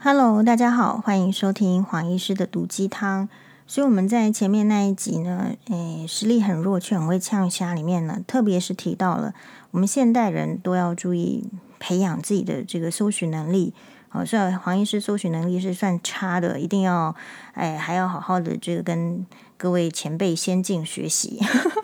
Hello， 大家好，欢迎收听黄医师的毒鸡汤。所以我们在前面那一集呢，实力很弱却很会呛虾里面呢，特别是提到了我们现代人都要注意培养自己的这个搜寻能力。虽然黄医师搜寻能力是算差的，一定要还要好好的这个跟各位前辈先进学习。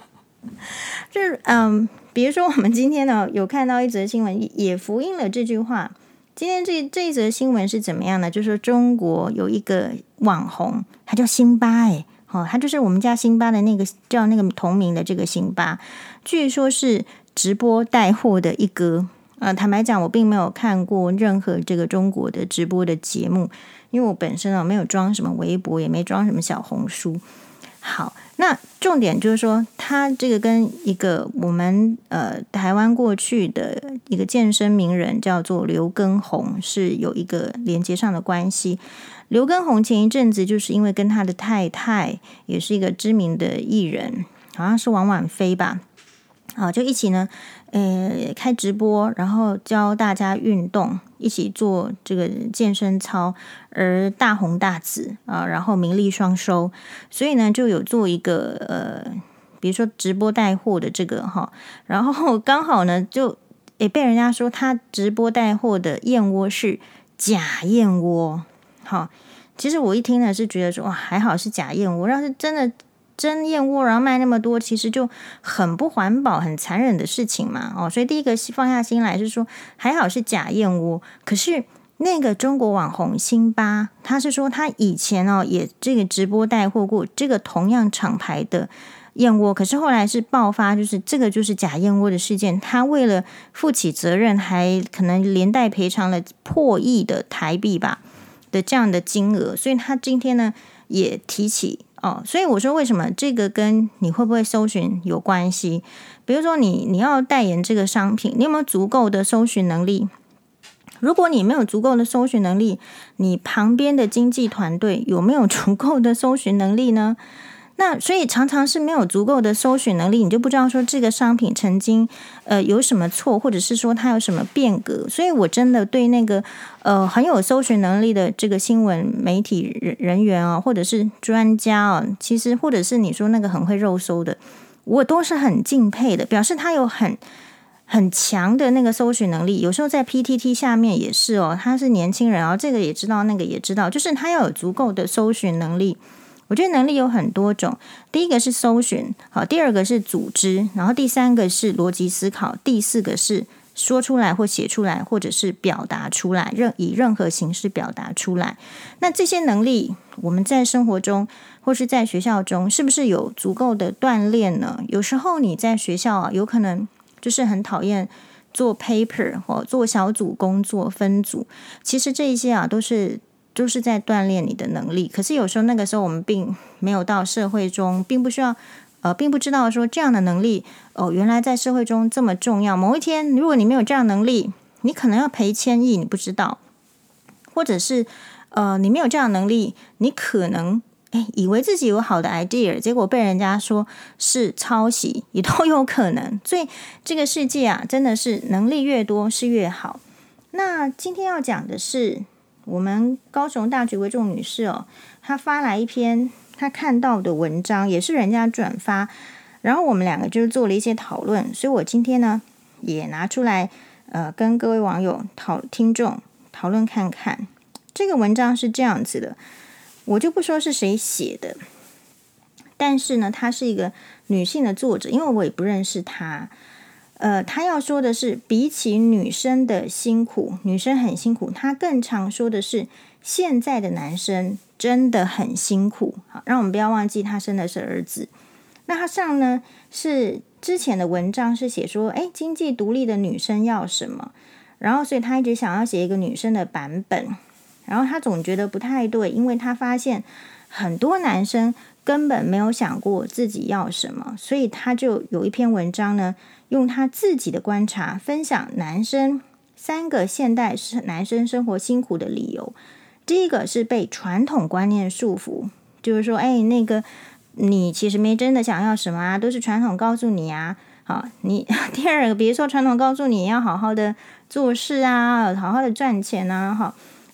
比如说我们今天呢有看到一则新闻，也福音了这句话。今天这一则新闻是怎么样呢？就是说中国有一个网红，他叫辛巴，他就是我们家辛巴的那个叫那个同名的这个辛巴，据说是直播带货的一哥。坦白讲，我并没有看过任何这个中国的直播的节目，因为我本身没有装什么微博，也没装什么小红书。好，那重点就是说，他这个跟一个我们台湾过去的一个健身名人叫做刘畊宏是有一个连接上的关系。刘畊宏前一阵子就是因为跟他的太太也是一个知名的艺人，好像是王婉菲吧，就一起呢开直播，然后教大家运动，一起做这个健身操，而大红大紫然后名利双收，所以呢就有做一个比如说直播带货的这个然后刚好呢就被人家说他直播带货的燕窝是假燕窝。其实我一听呢是觉得说哇，还好是假燕窝，要是真的真燕窝然后卖那么多，其实就很不环保很残忍的事情嘛。所以第一个放下心来是说还好是假燕窝。可是那个中国网红辛巴，他是说他以前也这个直播带货过这个同样厂牌的燕窝，可是后来是爆发就是这个就是假燕窝的事件，他为了负起责任还可能连带赔偿了破亿的台币吧的这样的金额，所以他今天呢也提起所以我说为什么这个跟你会不会搜寻有关系。比如说你要代言这个商品，你有没有足够的搜寻能力？如果你没有足够的搜寻能力，你旁边的经纪团队有没有足够的搜寻能力呢？那所以常常是没有足够的搜寻能力，你就不知道说这个商品曾经有什么错，或者是说它有什么变革。所以我真的对那个很有搜寻能力的这个新闻媒体人员或者是专家其实或者是你说那个很会肉搜的，我都是很敬佩的，表示他有很强的那个搜寻能力。有时候在 PTT 下面也是他是年轻人这个也知道那个也知道，就是他要有足够的搜寻能力。我觉得能力有很多种，第一个是搜寻，第二个是组织，然后第三个是逻辑思考，第四个是说出来或写出来，或者是表达出来，以任何形式表达出来。那这些能力我们在生活中或是在学校中是不是有足够的锻炼呢？有时候你在学校有可能就是很讨厌做 paper 或做小组工作分组，其实这一些都是在锻炼你的能力。可是有时候那个时候我们并没有到社会中，并不需要并不知道说这样的能力原来在社会中这么重要。某一天如果你没有这样的能力，你可能要赔1000亿，你不知道。或者是你没有这样的能力，你可能以为自己有好的 idea， 结果被人家说是抄袭，也都有可能。所以这个世界真的是能力越多是越好。那今天要讲的是我们高雄大局为重女士她发来一篇她看到的文章，也是人家转发，然后我们两个就做了一些讨论，所以我今天呢也拿出来跟各位网友听众讨论看看。这个文章是这样子的，我就不说是谁写的，但是呢她是一个女性的作者，因为我也不认识她。他要说的是比起女生的辛苦，女生很辛苦，他更常说的是现在的男生真的很辛苦。好，让我们不要忘记他生的是儿子。那他上呢是之前的文章是写说经济独立的女生要什么，然后所以他一直想要写一个女生的版本，然后他总觉得不太对，因为他发现很多男生根本没有想过自己要什么，所以他就有一篇文章呢，用他自己的观察分享男生3个现代男生生活辛苦的理由。第一个是被传统观念束缚，就是说那个你其实没真的想要什么都是传统告诉你你第二个别说传统告诉你要好好的做事好好的赚钱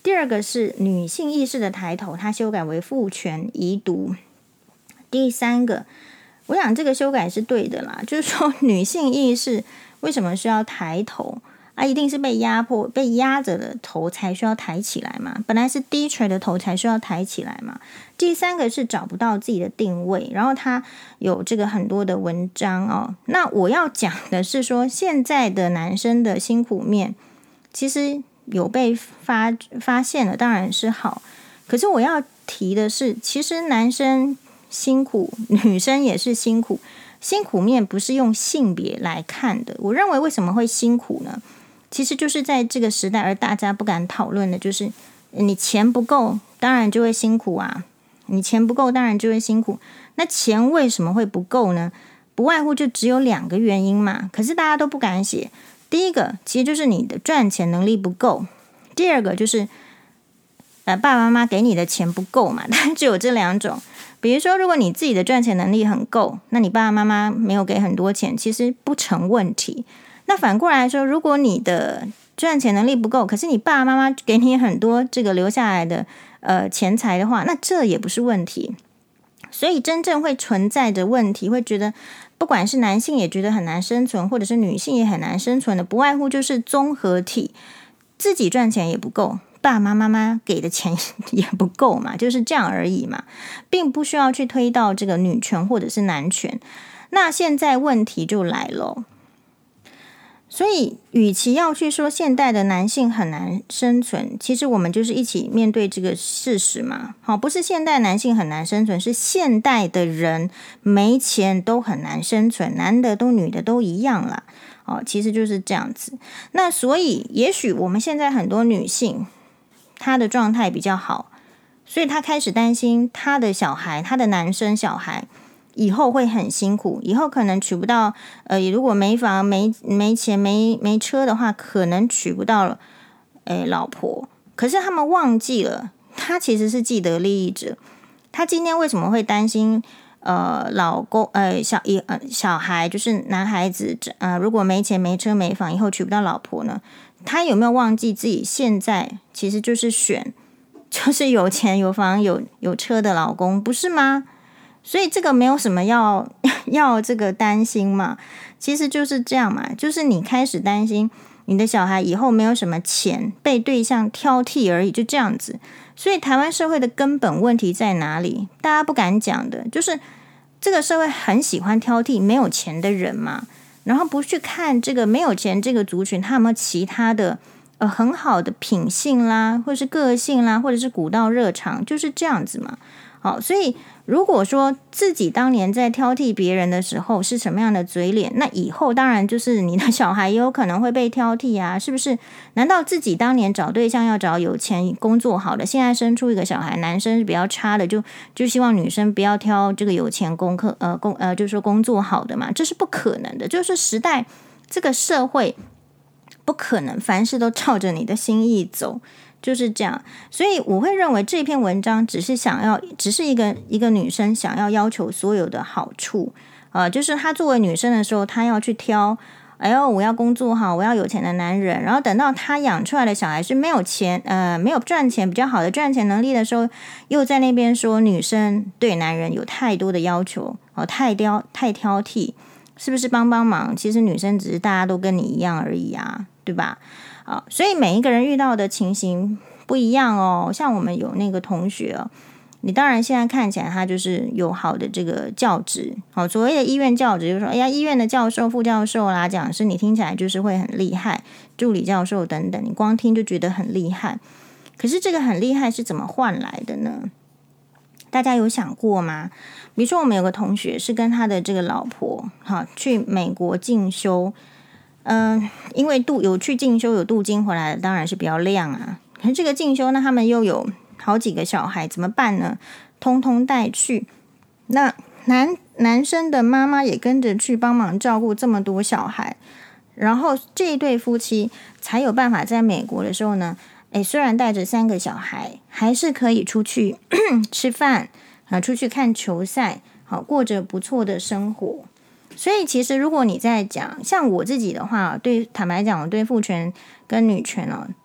第二个是女性意识的抬头，它修改为父权遗毒。第三个，我想这个修改是对的啦，就是说女性意识为什么需要抬头啊？一定是被压迫、被压着的头才需要抬起来嘛，本来是低垂的头才需要抬起来嘛。第三个是找不到自己的定位，然后他有这个很多的文章哦。那我要讲的是说，现在的男生的辛苦面其实有被发现了，当然是好。可是我要提的是，其实男生辛苦，女生也是辛苦。辛苦面不是用性别来看的。我认为为什么会辛苦呢？其实就是在这个时代，而大家不敢讨论的，就是你钱不够，当然就会辛苦啊。你钱不够，当然就会辛苦。那钱为什么会不够呢？不外乎就只有2个原因嘛。可是大家都不敢写。第一个，其实就是你的赚钱能力不够；第二个就是爸爸妈妈给你的钱不够嘛。但只有这2种。比如说，如果你自己的赚钱能力很够，那你爸爸妈妈没有给很多钱，其实不成问题。那反过来说，如果你的赚钱能力不够，可是你爸爸妈妈给你很多这个留下来的钱财的话，那这也不是问题。所以真正会存在的问题，会觉得不管是男性也觉得很难生存，或者是女性也很难生存的，不外乎就是综合体，自己赚钱也不够，爸爸妈妈给的钱也不够嘛，就是这样而已嘛，并不需要去推到这个女权或者是男权。那现在问题就来了。所以与其要去说现代的男性很难生存，其实我们就是一起面对这个事实嘛。好，不是现代男性很难生存，是现代的人没钱都很难生存，男的都女的都一样啦。其实就是这样子。那所以也许我们现在很多女性她的状态比较好，所以她开始担心她的小孩，她的男生小孩以后会很辛苦，以后可能娶不到如果没房没钱没车的话，可能娶不到老婆。可是他们忘记了，他其实是既得利益者。他今天为什么会担心老公小孩就是男孩子如果没钱没车没房，以后娶不到老婆呢？他有没有忘记自己现在其实就是就是有钱有房有车的老公，不是吗？所以这个没有什么要这个担心嘛，其实就是这样嘛，就是你开始担心你的小孩以后没有什么钱，被对象挑剔而已，就这样子。所以台湾社会的根本问题在哪里？大家不敢讲的，就是这个社会很喜欢挑剔没有钱的人嘛，然后不去看这个没有钱这个族群他有没有其他的很好的品性啦，或是个性啦，或者是古道热肠，就是这样子嘛。好，所以如果说自己当年在挑剔别人的时候是什么样的嘴脸，那以后当然就是你的小孩也有可能会被挑剔啊，是不是？难道自己当年找对象要找有钱工作好的，现在生出一个小孩男生是比较差的，就希望女生不要挑这个有钱就是说工作好的嘛？这是不可能的，就是时代这个社会不可能凡事都照着你的心意走。就是这样，所以我会认为这篇文章只是一个女生想要求所有的好处，就是她作为女生的时候，她要去挑，我要工作好，我要有钱的男人，然后等到她养出来的小孩是没有钱，没有赚钱比较好的赚钱能力的时候，又在那边说女生对男人有太多的要求，太挑剔，是不是帮忙？其实女生只是大家都跟你一样而已啊，对吧？所以每一个人遇到的情形不一样哦。像我们有那个同学你当然现在看起来他就是有好的这个教职，所谓的医院教职，就是说医院的教授、副教授啦、讲师，你听起来就是会很厉害，助理教授等等，你光听就觉得很厉害。可是这个很厉害是怎么换来的呢？大家有想过吗？比如说我们有个同学是跟他的这个老婆去美国进修。因为有去进修有镀金回来的，当然是比较亮啊。可是这个进修呢，他们又有好几个小孩，怎么办呢？通通带去。那男生的妈妈也跟着去帮忙照顾这么多小孩，然后这一对夫妻才有办法在美国的时候呢，虽然带着3个小孩，还是可以出去吃饭出去看球赛，过着不错的生活。所以其实如果你在讲像我自己的话，坦白讲，我对父权跟女权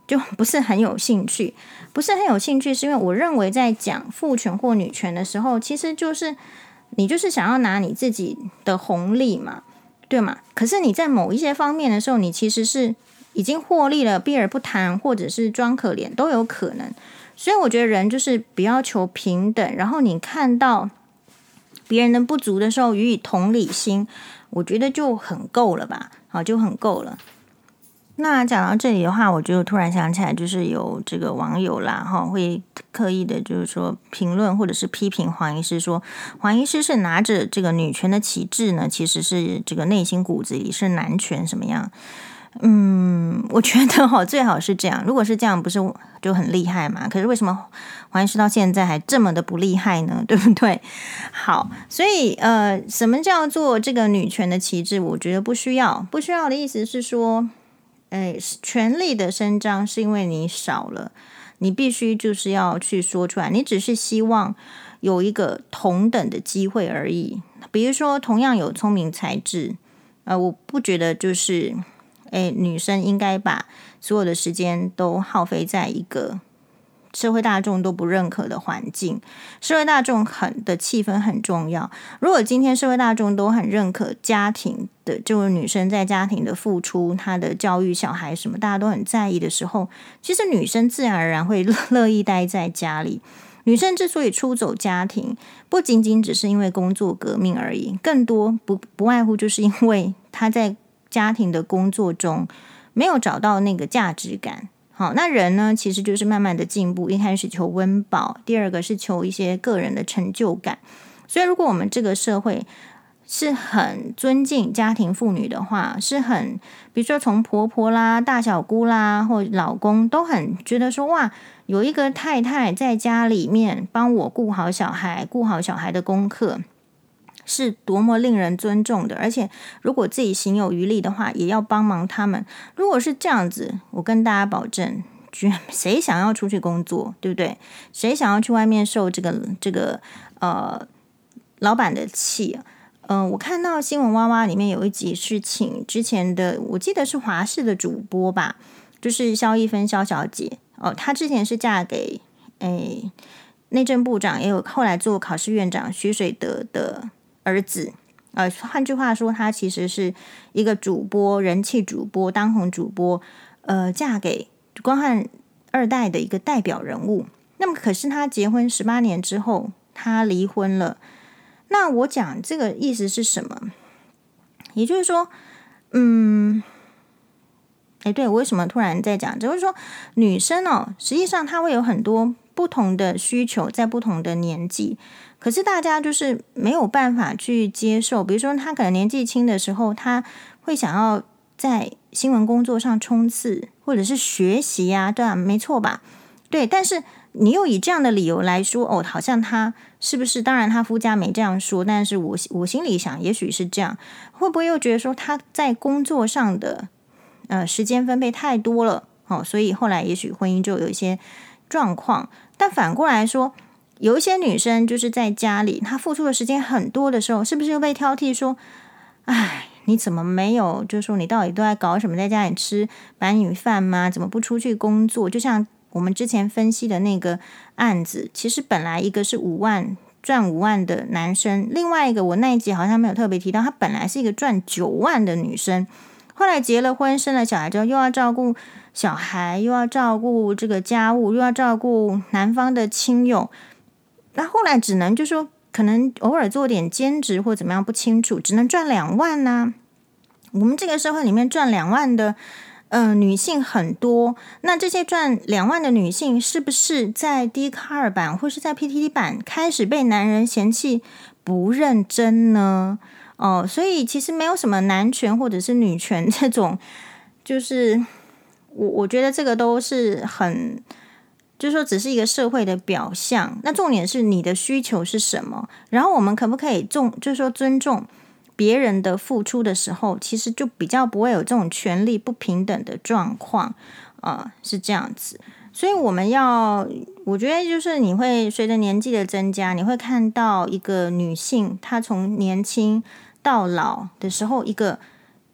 就不是很有兴趣。不是很有兴趣是因为我认为在讲父权或女权的时候，其实就是你就是想要拿你自己的红利嘛，对吗？可是你在某一些方面的时候，你其实是已经获利了，避而不谈，或者是装可怜都有可能。所以我觉得人就是不要求平等，然后你看到别人的不足的时候予以同理心，我觉得就很够了吧，好，就很够了。那讲到这里的话，我就突然想起来，就是有这个网友啦，会刻意的，就是说评论或者是批评黄医师，说黄医师是拿着这个女权的旗帜呢，其实是这个内心骨子里是男权什么样？我觉得最好是这样。如果是这样，不是就很厉害嘛？可是为什么黄医师到现在还这么的不厉害呢？对不对？好，所以什么叫做这个女权的旗帜？我觉得不需要。不需要的意思是说，权力的伸张是因为你少了，你必须就是要去说出来。你只是希望有一个同等的机会而已。比如说，同样有聪明才智，我不觉得就是女生应该把所有的时间都耗费在一个社会大众都不认可的环境。社会大众的气氛很重要。如果今天社会大众都很认可家庭的，就是女生在家庭的付出，她的教育小孩什么，大家都很在意的时候，其实女生自然而然会乐意待在家里。女生之所以出走家庭，不仅仅只是因为工作革命而已，更多不外乎就是因为她在家庭的工作中没有找到那个价值感。好，那人呢，其实就是慢慢的进步，一开始求温饱，第二个是求一些个人的成就感。所以如果我们这个社会是很尊敬家庭妇女的话，是很比如说从婆婆啦、大小姑啦或老公都很觉得说，哇，有一个太太在家里面帮我顾好小孩，顾好小孩的功课，是多么令人尊重的。而且如果自己行有余力的话，也要帮忙他们。如果是这样子，我跟大家保证，谁想要出去工作，对不对？谁想要去外面受这个老板的气？我看到新闻娃娃里面有一集是请之前的，我记得是华视的主播吧，就是萧一芬萧小姐。她之前是嫁给内政部长，也有后来做考试院长徐水德的儿子。换句话说，她其实是一个主播，人气主播，当红主播，嫁给光汉二代的一个代表人物。那么可是她结婚18年之后，她离婚了。那我讲这个意思是什么？也就是说，对，我为什么突然在讲？就是说，女生实际上她会有很多不同的需求，在不同的年纪，可是大家就是没有办法去接受。比如说，她可能年纪轻的时候，她会想要在新闻工作上冲刺，或者是学习啊，对啊，没错吧？对，但是你又以这样的理由来说，好像他是不是？当然他夫家没这样说，但是我心里想，也许是这样。会不会又觉得说他在工作上的时间分配太多了，所以后来也许婚姻就有一些状况。但反过来说，有一些女生就是在家里，她付出的时间很多的时候，是不是又被挑剔说，哎，你怎么没有？就是说你到底都在搞什么？在家里吃白米饭吗？怎么不出去工作？就像我们之前分析的那个案子，其实本来一个是赚5万的男生，另外一个我那一集好像没有特别提到，她本来是一个赚9万的女生，后来结了婚，生了小孩之后，又要照顾小孩，又要照顾这个家务，又要照顾男方的亲友，那后来只能就说可能偶尔做点兼职或怎么样，不清楚，只能赚2万啊。我们这个社会里面赚2万的女性很多，那这些赚2万的女性是不是在 Dcard 版或是在 PTT 版开始被男人嫌弃不认真呢？所以其实没有什么男权或者是女权这种，就是我觉得这个都是很，就是说只是一个社会的表象。那重点是你的需求是什么，然后我们可不可以就是说尊重别人的付出的时候，其实就比较不会有这种权力不平等的状况，是这样子。所以我觉得就是你会随着年纪的增加，你会看到一个女性，她从年轻到老的时候，一个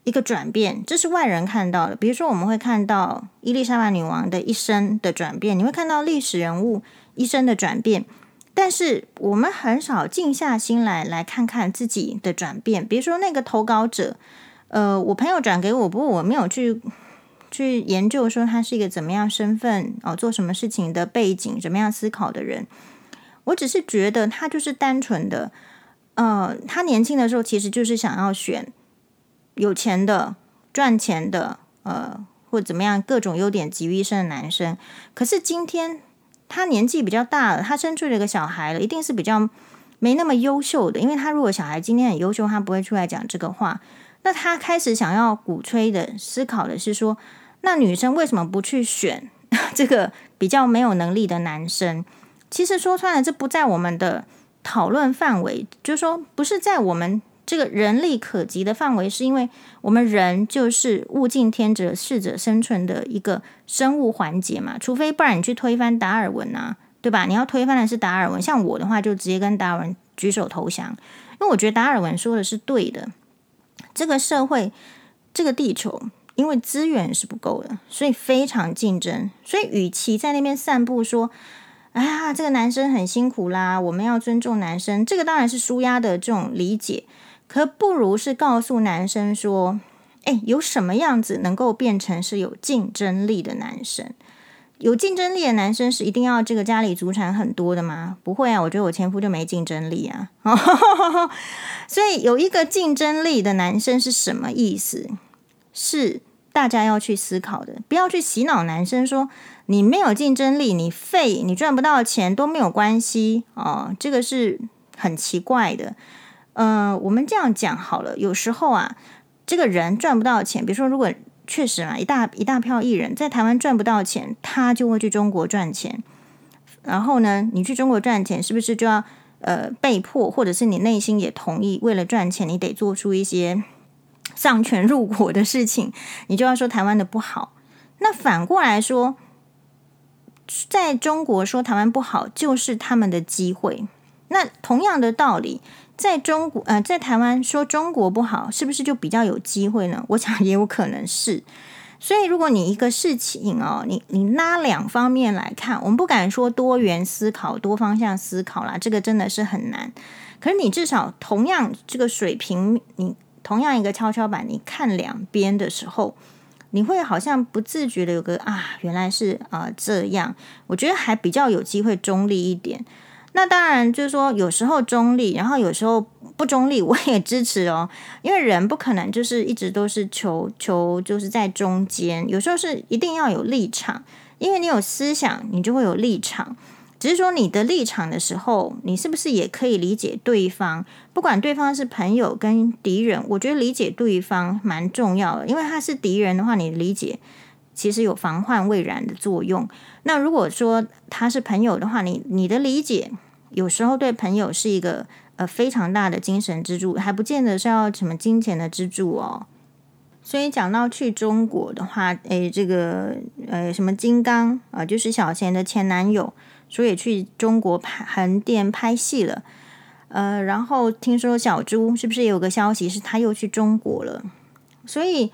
一个转变，这是外人看到的。比如说我们会看到伊丽莎白女王的一生的转变，你会看到历史人物一生的转变，但是我们很少静下心来看看自己的转变。比如说那个投稿者，我朋友转给我，不过我没有去研究说他是一个怎么样身份做什么事情的背景，怎么样思考的人。我只是觉得他就是单纯的，他年轻的时候其实就是想要选有钱的、赚钱的，或怎么样各种优点集于一身的男生。可是今天他年纪比较大了，他生出了一个小孩了，一定是比较没那么优秀的。因为他如果小孩今天很优秀，他不会出来讲这个话。那他开始想要鼓吹的、思考的是说，那女生为什么不去选这个比较没有能力的男生？其实说穿了，这不在我们的讨论范围，就是说不是在我们这个人力可及的范围，是因为我们人就是物竞天择、适者生存的一个生物环节嘛，除非不然你去推翻达尔文啊，对吧？你要推翻的是达尔文，像我的话就直接跟达尔文举手投降，因为我觉得达尔文说的是对的。这个社会，这个地球，因为资源是不够的，所以非常竞争。所以与其在那边散步说，哎呀，这个男生很辛苦啦，我们要尊重男生，这个当然是抒压的这种理解，可不如是告诉男生说，有什么样子能够变成是有竞争力的男生？有竞争力的男生是一定要这个家里祖产很多的吗？不会啊，我觉得我前夫就没竞争力啊。所以有一个竞争力的男生是什么意思？是大家要去思考的，不要去洗脑男生说你没有竞争力，你废，你赚不到钱都没有关系哦，这个是很奇怪的。我们这样讲好了，有时候啊，这个人赚不到钱，比如说如果确实嘛，一大票艺人在台湾赚不到钱，他就会去中国赚钱。然后呢，你去中国赚钱，是不是就要被迫，或者是你内心也同意，为了赚钱，你得做出一些丧权辱国的事情，你就要说台湾的不好。那反过来说，在中国说台湾不好，就是他们的机会。那同样的道理，在台湾说中国不好，是不是就比较有机会呢？我想也有可能是。所以如果你一个事情你拉两方面来看，我们不敢说多元思考、多方向思考啦，这个真的是很难。可是你至少同样这个水平，你同样一个跷跷板，你看两边的时候，你会好像不自觉的有个原来是这样。我觉得还比较有机会中立一点。那当然就是说有时候中立，然后有时候不中立，我也支持哦。因为人不可能就是一直都是求就是在中间，有时候是一定要有立场，因为你有思想，你就会有立场。只是说你的立场的时候，你是不是也可以理解对方？不管对方是朋友跟敌人，我觉得理解对方蛮重要的，因为他是敌人的话，你理解其实有防患未然的作用。那如果说他是朋友的话，你的理解有时候对朋友是一个非常大的精神支柱，还不见得是要什么金钱的支柱哦。所以讲到去中国的话，这个什么金刚就是小贤的前男友，说也去中国横店拍戏了。然后听说小猪是不是也有个消息是他又去中国了？所以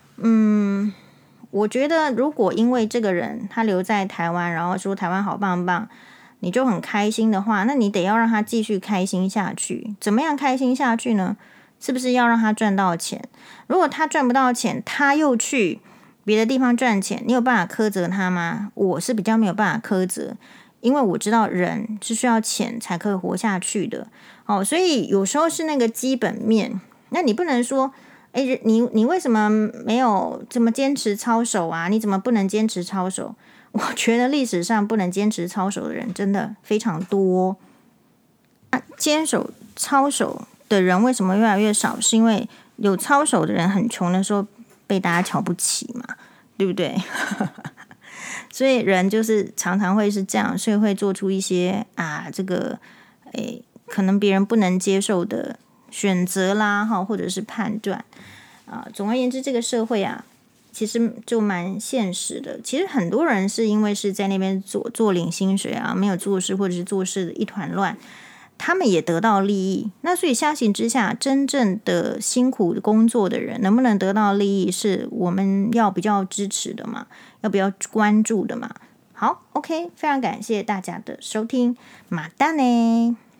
我觉得如果因为这个人他留在台湾，然后说台湾好棒棒，你就很开心的话，那你得要让他继续开心下去。怎么样开心下去呢？是不是要让他赚到钱？如果他赚不到钱，他又去别的地方赚钱，你有办法苛责他吗？我是比较没有办法苛责，因为我知道人是需要钱才可以活下去的。所以有时候是那个基本面。那你不能说你为什么没有这么坚持操守啊？你怎么不能坚持操守？我觉得历史上不能坚持操守的人真的非常多。坚守操守的人为什么越来越少？是因为有操守的人很穷的时候被大家瞧不起嘛，对不对？所以人就是常常会是这样，所以会做出一些可能别人不能接受的选择啦，或者是判断总而言之，这个社会其实就蛮现实的。其实很多人是因为是在那边做领薪水没有做事，或者是做事的一团乱。 他们也得到利益。那所以相形之下，真正的辛苦工作的人能不能得到利益，是我们要比较支持的嘛，要不要关注的嘛。好 OK， 非常感谢大家的收听，马丹呢。